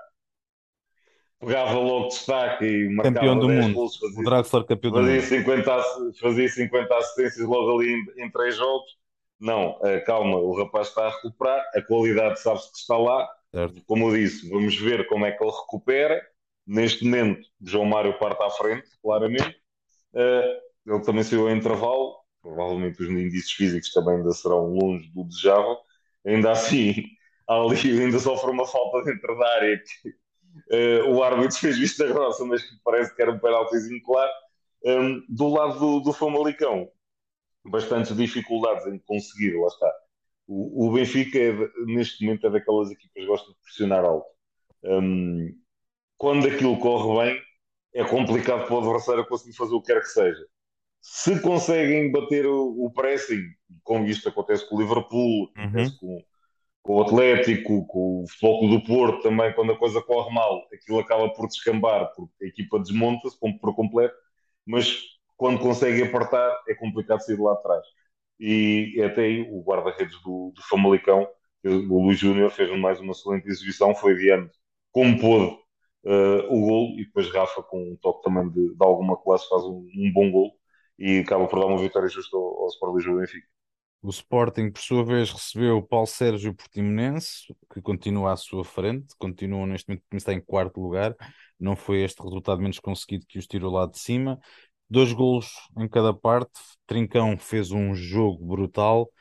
[SPEAKER 2] pegava logo destaque e
[SPEAKER 1] campeão
[SPEAKER 2] marcava
[SPEAKER 1] do
[SPEAKER 2] 10
[SPEAKER 1] mundo.
[SPEAKER 2] gols,
[SPEAKER 1] O Draxler, campeão do
[SPEAKER 2] fazia
[SPEAKER 1] mundo.
[SPEAKER 2] 50, fazia 50 assistências logo ali em 3 jogos. Não, calma, o rapaz está a recuperar, a qualidade sabe-se que está lá.
[SPEAKER 1] Certo.
[SPEAKER 2] Como eu disse, vamos ver como é que ele recupera. Neste momento, João Mário parte à frente, claramente. Ele também saiu em intervalo, provavelmente os indícios físicos também ainda serão longe do desejável. Ainda assim, ali ainda sofre uma falta dentro da área que o árbitro fez vista grossa, mas que parece que era um penaltizinho claro. Do lado do Famalicão, bastantes dificuldades em conseguir, lá está. O Benfica, neste momento, é daquelas equipas que gostam de pressionar alto. Um, Quando aquilo corre bem, é complicado para o adversário conseguir fazer o que quer que seja. Se conseguem bater o pressing, como isto acontece com o Liverpool,
[SPEAKER 1] Uhum.
[SPEAKER 2] acontece com o Atlético, com o Futebol Clube do Porto também, quando a coisa corre mal, aquilo acaba por descambar, porque a equipa desmonta-se por completo, mas quando consegue apertar, é complicado sair de lá atrás. E até aí, o guarda-redes do Famalicão, o Luís Júnior, fez mais uma excelente exibição, foi adiante como pôde o gol, e depois Rafa, com um toque também de alguma classe, faz um bom gol e acaba por dar uma vitória justa ao Sport Lisboa Benfica.
[SPEAKER 1] O Sporting, por sua vez, recebeu o Paulo Sérgio Portimonense, que continua à sua frente, continua neste momento, está em quarto lugar. Não foi este resultado menos conseguido que os tirou lá de cima. Dois golos em cada parte. Trincão fez um jogo brutal.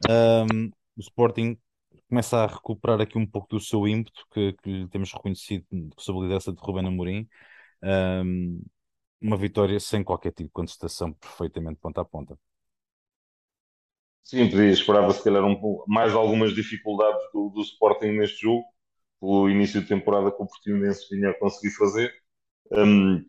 [SPEAKER 1] O Sporting começa a recuperar aqui um pouco do seu ímpeto, que lhe temos reconhecido sob a liderança de Ruben Amorim. Ahm, uma vitória sem qualquer tipo de contestação, perfeitamente ponta a ponta.
[SPEAKER 2] Sim, podia esperava se calhar mais algumas dificuldades do Sporting neste jogo, pelo início de temporada que o Portimonense vinha a conseguir fazer. Hum,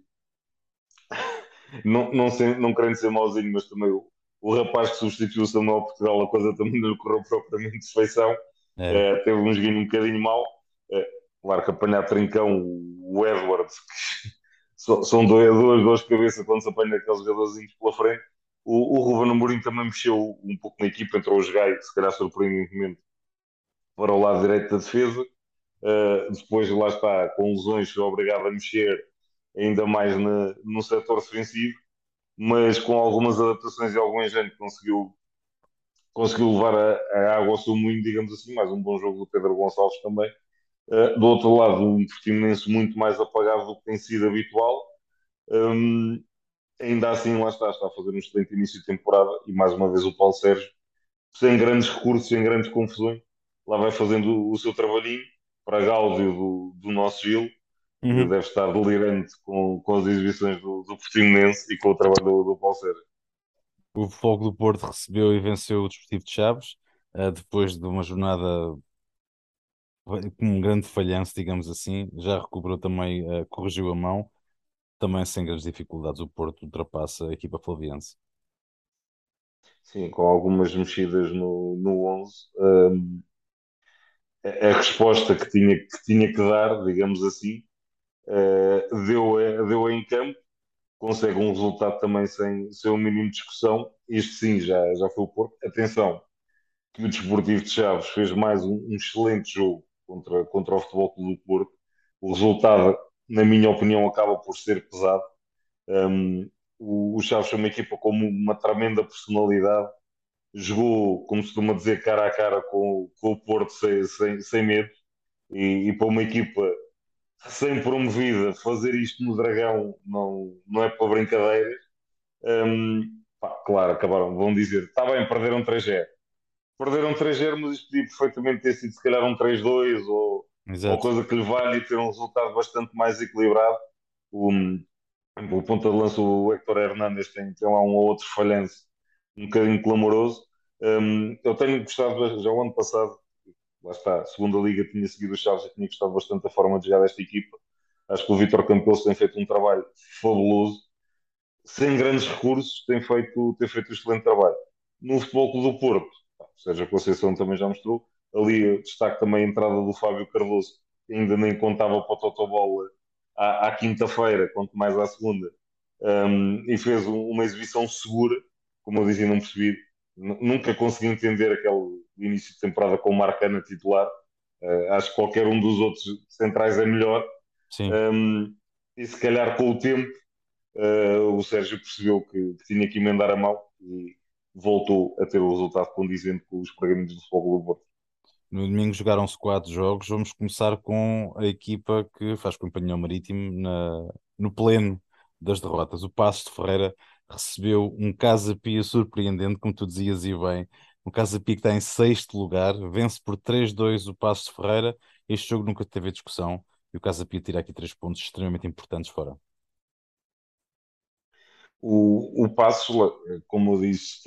[SPEAKER 2] não querendo ser mauzinho, mas também o rapaz que substituiu o Samuel Portugal, a coisa também não lhe correu propriamente de feição.
[SPEAKER 1] É,
[SPEAKER 2] Teve um joguinho um bocadinho mau. Claro que apanhar trincão, o Edwards, que são duas dores de cabeça quando se apanha aqueles jogadorzinhos pela frente. O Ruben Amorim também mexeu um pouco na equipa, entrou o Jogai, se calhar surpreendentemente, para o lado direito da defesa. Depois, lá está, com lesões, foi obrigado a mexer ainda mais no setor defensivo, mas com algumas adaptações e algum engenho conseguiu levar a água ao seu moinho, digamos assim. Mais um bom jogo do Pedro Gonçalves também. Do outro lado, um Portimonense muito mais apagado do que tem sido habitual. Um, ainda assim, lá está a fazer um excelente início de temporada e mais uma vez o Paulo Sérgio, sem grandes recursos, sem grandes confusões, lá vai fazendo o seu trabalhinho para a gáudio do nosso Gil, que
[SPEAKER 1] Uhum.
[SPEAKER 2] deve estar delirante com as exibições do Portimonense e com o trabalho do Paulo Sérgio.
[SPEAKER 1] O Fogo do Porto recebeu e venceu o Desportivo de Chaves, depois de uma jornada com um grande falhanço, digamos assim. Já recuperou também, corrigiu a mão, também sem grandes dificuldades. O Porto ultrapassa a equipa flaviense.
[SPEAKER 2] Sim, com algumas mexidas no 11. A resposta que tinha que dar, digamos assim, deu em campo, consegue um resultado também sem um mínimo de discussão. Isto sim, já foi o Porto. Atenção, que o Desportivo de Chaves fez mais um excelente jogo contra o Futebol Clube do Porto. O resultado, na minha opinião, acaba por ser pesado. Um, o Chaves é uma equipa com uma tremenda personalidade. Jogou, como se costuma dizer, cara a cara com o Porto sem medo. E para uma equipa recém-promovida, fazer isto no Dragão não é para brincadeira. Pá, claro, vão dizer, está bem, perderam 3-0, mas isto podia perfeitamente ter sido se calhar um 3-2 ou
[SPEAKER 1] Exato.
[SPEAKER 2] coisa que lhe vale e ter um resultado bastante mais equilibrado. O, o ponta de lança, o Héctor Hernández, tem lá um ou outro falhanço um bocadinho clamoroso. Eu tenho gostado, já o ano passado, lá está, a segunda liga tinha seguido o Chaves e tinha gostado bastante da forma de jogar desta equipa. Acho que o Vítor Campos tem feito um trabalho fabuloso sem grandes recursos, tem feito um excelente trabalho. No Futebol Clube do Porto, o Sérgio Conceição também já mostrou, ali destaque também a entrada do Fábio Cardoso, que ainda nem contava para o Totobola à quinta-feira, quanto mais à segunda, e fez uma exibição segura, como eu dizia, não percebi, nunca consegui entender aquele início de temporada com o Marcana titular. Acho que qualquer um dos outros centrais é melhor.
[SPEAKER 1] Sim.
[SPEAKER 2] Um, e se calhar com o tempo o Sérgio percebeu que tinha que emendar a mão e voltou a ter o resultado condizente com os pagamentos do Futebol do Porto.
[SPEAKER 1] No domingo jogaram-se 4 jogos. Vamos começar com a equipa que faz companhia ao Marítimo no pleno das derrotas. O Paços de Ferreira recebeu um Casa Pia surpreendente, como tu dizias e bem. Um Casa Pia que está em sexto lugar, vence por 3-2 o Paços de Ferreira. Este jogo nunca teve discussão e o Casa Pia tira aqui 3 pontos extremamente importantes fora.
[SPEAKER 2] O Passos, como eu disse,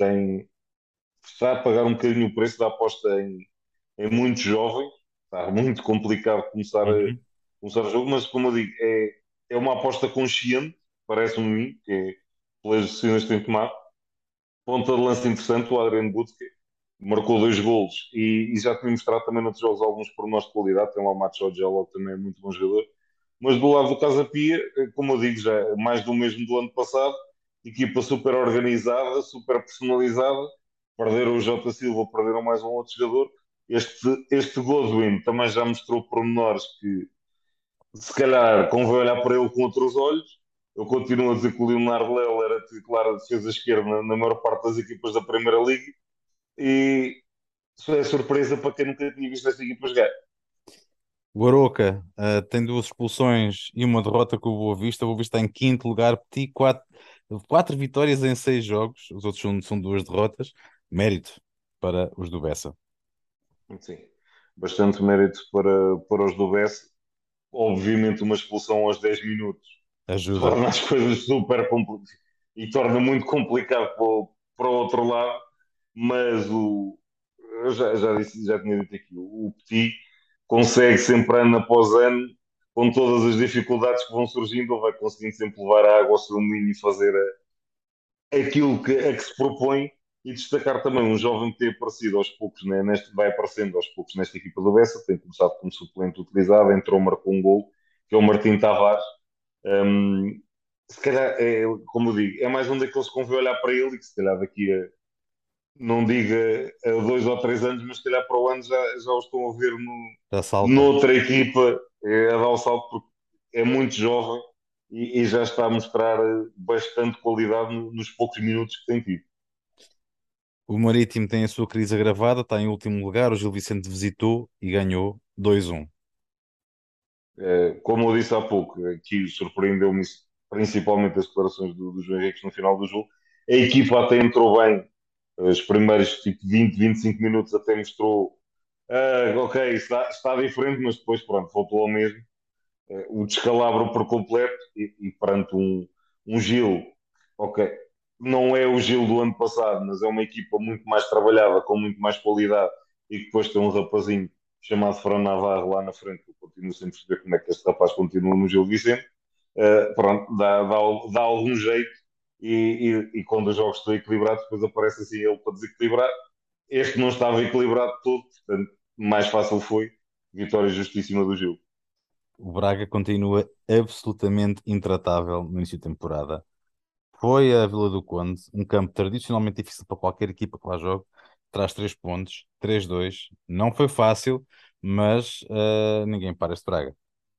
[SPEAKER 2] está a pagar um bocadinho o preço da aposta em muitos jovens. Está muito complicado
[SPEAKER 1] Uhum.
[SPEAKER 2] começar o jogo, mas como eu digo, é uma aposta consciente, parece-me a mim, que é pelas decisões que tem tomado. Ponta de lança interessante, o Adriano Budke, marcou 2 golos e já tinha mostrado também noutros jogos alguns pormenores de qualidade. Tem lá o Macho Jallo, que também é muito bom jogador. Mas do lado do Casa Pia, como eu digo, já é mais do mesmo do ano passado. Equipa super organizada, super personalizada. Perderam o Jota Silva, perderam mais um outro jogador. Este Godwin também já mostrou pormenores que se calhar convém olhar para ele com outros olhos. Eu continuo a dizer que o Leonardo Léo era titular de defesa esquerda na maior parte das equipas da Primeira Liga e isso é surpresa para quem nunca tinha visto esta equipa jogar.
[SPEAKER 1] O Aroca, tem 2 expulsões e uma derrota com o Boa Vista. O Boa Vista está em quinto lugar, Petit, 4 vitórias em 6 jogos. Os outros são 2 derrotas. Mérito para os do Bessa.
[SPEAKER 2] Sim, bastante mérito para os do Bess. Obviamente, uma expulsão aos 10 minutos
[SPEAKER 1] Ajuda.
[SPEAKER 2] torna as coisas super complicadas e torna muito complicado para o outro lado. Mas eu já tinha dito aqui, o Petit consegue sempre ano após ano, com todas as dificuldades que vão surgindo, ele vai conseguindo sempre levar a água ao seu moinho e fazer aquilo a que se propõe e destacar também um jovem que tem aparecido aos poucos, né, vai aparecendo aos poucos nesta equipa do Bessa, tem começado como suplente utilizado, entrou, marcou um gol, que é o Martim Tavares. Um, Se calhar, como eu digo, é mais um daqueles que convém olhar para ele e que se calhar daqui a, não diga a 2 ou 3 anos, mas se calhar para o ano já o estão a ver
[SPEAKER 1] Já salta.
[SPEAKER 2] noutra equipa a dar o salto, porque é muito jovem e já está a mostrar bastante qualidade nos poucos minutos que tem tido.
[SPEAKER 1] O Marítimo tem a sua crise agravada, está em último lugar. O Gil Vicente visitou e ganhou 2-1.
[SPEAKER 2] Como eu disse há pouco, aqui surpreendeu-me isso. principalmente as declarações do João Henrique no final do jogo. A equipa até entrou bem, os primeiros tipo 20, 25 minutos até mostrou, ok, está diferente, mas depois pronto, voltou ao mesmo. O descalabro por completo e perante um Gil, ok, não é o Gil do ano passado, mas é uma equipa muito mais trabalhada, com muito mais qualidade e que depois tem um rapazinho chamado Fran Navarro lá na frente, eu continuo sem perceber como é que este rapaz continua no Gil Vicente. Pronto, dá algum jeito e quando os jogos estão equilibrados, depois aparece assim ele para desequilibrar. Este não estava equilibrado todo, portanto, mais fácil foi. Vitória justíssima do Gil.
[SPEAKER 1] O Braga continua absolutamente intratável no início da temporada. Foi a Vila do Conde, um campo tradicionalmente difícil para qualquer equipa que lá jogue. Traz 3 pontos, 3-2. Não foi fácil, mas ninguém para este Braga.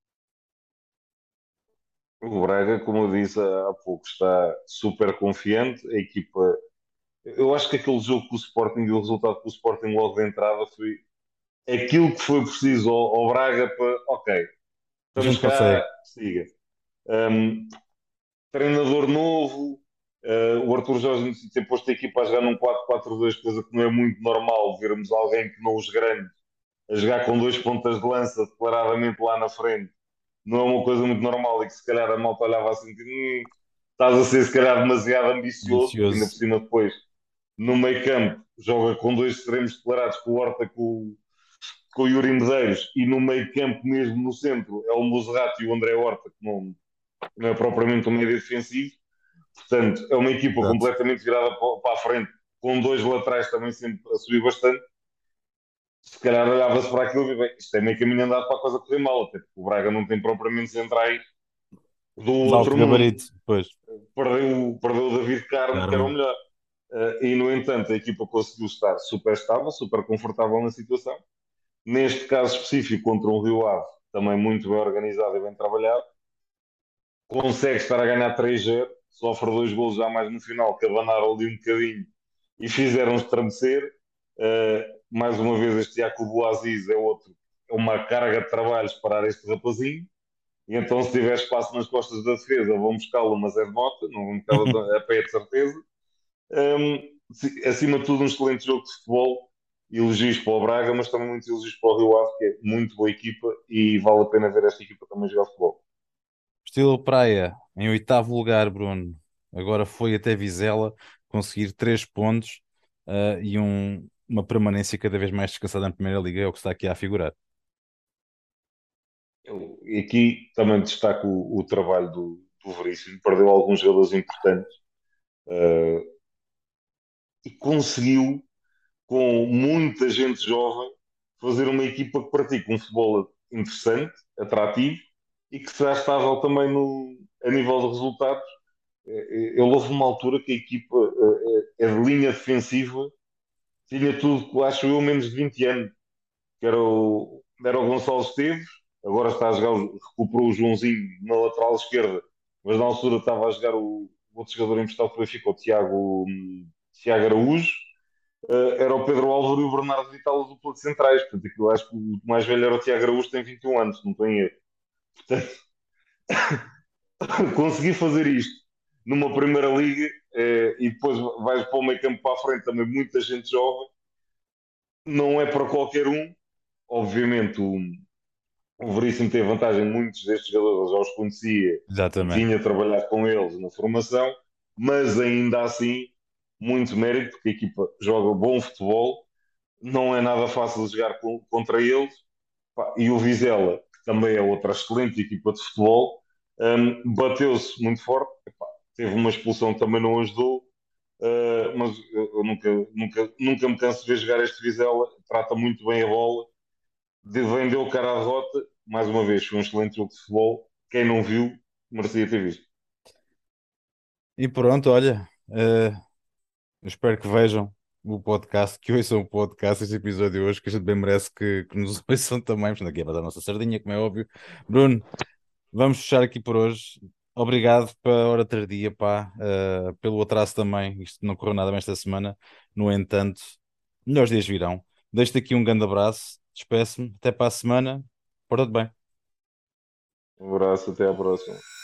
[SPEAKER 2] O Braga, como eu disse há pouco, está super confiante. A equipa, eu acho que aquele jogo com o Sporting e o resultado com o Sporting logo de entrada foi aquilo que foi preciso ao Braga para, ok,
[SPEAKER 1] A
[SPEAKER 2] estamos
[SPEAKER 1] gente
[SPEAKER 2] cá,
[SPEAKER 1] consegue.
[SPEAKER 2] siga. Um, treinador novo, o Arthur Jorge tem posto a equipa a jogar num 4-4-2, coisa que não é muito normal vermos alguém que não os grande a jogar com dois pontas de lança declaradamente lá na frente. Não é uma coisa muito normal e que se calhar a malta olhava assim, estás a ser se calhar demasiado ambicioso, porque ainda por
[SPEAKER 1] Ambicioso.
[SPEAKER 2] cima depois no meio campo joga com dois extremos declarados, com o Horta com o Yuri Medeiros, e no meio campo mesmo no centro é o Muserato e o André Horta, que não é propriamente um meio defensivo. Portanto, é uma equipa
[SPEAKER 1] Exato.
[SPEAKER 2] completamente virada para a frente, com dois laterais também sempre a subir bastante. Se calhar olhava-se para aquilo e bem, isto é meio caminho andado para a coisa correr mal, até porque o Braga não tem propriamente centrais do
[SPEAKER 1] De alto
[SPEAKER 2] outro mundo.
[SPEAKER 1] gabarito, pois.
[SPEAKER 2] Perdeu o David Carmo, que era o
[SPEAKER 1] Carmo.
[SPEAKER 2] melhor. E, no entanto, a equipa conseguiu estar super estável, super confortável na situação. Neste caso específico, contra um Rio Ave, também muito bem organizado e bem trabalhado, consegue estar a ganhar 3-0, sofre dois golos já mais no final, que abanaram ali um bocadinho e fizeram estremecer. Mais uma vez, este Jacobo Aziz é outro, é uma carga de trabalhos parar este rapazinho. E então, se tiver espaço nas costas da defesa, vão buscá-lo, mas é de moto, não vão buscá-lo a pé de certeza. Acima de tudo, um excelente jogo de futebol. Elogios para o Braga, mas também muitos elogios para o Rio Ave, que é muito boa equipa e vale a pena ver esta equipa também jogar futebol.
[SPEAKER 1] Estilo Praia, em oitavo lugar, Bruno. Agora foi até Vizela conseguir 3 pontos, e uma permanência cada vez mais descansada na Primeira Liga, é o que está aqui a figurar.
[SPEAKER 2] E aqui também destaco o trabalho do Veríssimo, perdeu alguns jogadores importantes uh, e conseguiu, com muita gente jovem, fazer uma equipa que pratica um futebol interessante, atrativo e que será estável também a nível de resultados. Ele houve uma altura que a equipa é de linha defensiva, tinha tudo, acho eu, menos de 20 anos, que era o Gonçalo Esteves, agora está a jogar, recuperou o Joãozinho na lateral esquerda, mas na altura estava a jogar o outro jogador emprestado para o Benfica, o Tiago Araújo, era o Pedro Álvaro e o Bernardo Vital, a dupla de centrais. Portanto, eu acho que o mais velho era o Tiago Araújo, tem 21 anos, não tem erro. Portanto, conseguir fazer isto numa primeira liga e depois vais para o meio campo para a frente também muita gente jovem, não é para qualquer um. Obviamente, o Veríssimo tem a vantagem, muitos destes jogadores já os conhecia e
[SPEAKER 1] Exatamente.
[SPEAKER 2] vinha trabalhar com eles na formação, mas ainda assim, muito mérito, porque a equipa joga bom futebol, não é nada fácil jogar contra eles. Pá, e o Vizela, que também é outra excelente equipa de futebol, bateu-se muito forte. Epá, teve uma expulsão que também não ajudou, mas eu nunca me canso de ver jogar este Vizela, trata muito bem a bola, vendeu o cara à derrota. Mais uma vez, foi um excelente jogo de futebol. Quem não viu, merecia ter visto.
[SPEAKER 1] E pronto, olha, eu espero que vejam o podcast, que ouçam o podcast, este episódio de hoje, que a gente bem merece que nos ouçam também, porque aqui é para dar a nossa sardinha, como é óbvio. Bruno, vamos fechar aqui por hoje. Obrigado pela hora tardia, pá, pelo atraso também. Isto não correu nada bem esta semana. No entanto, melhores dias virão. Deixo-te aqui um grande abraço, despeço-me, até para a semana. Porta-te bem.
[SPEAKER 2] Um abraço, até à próxima.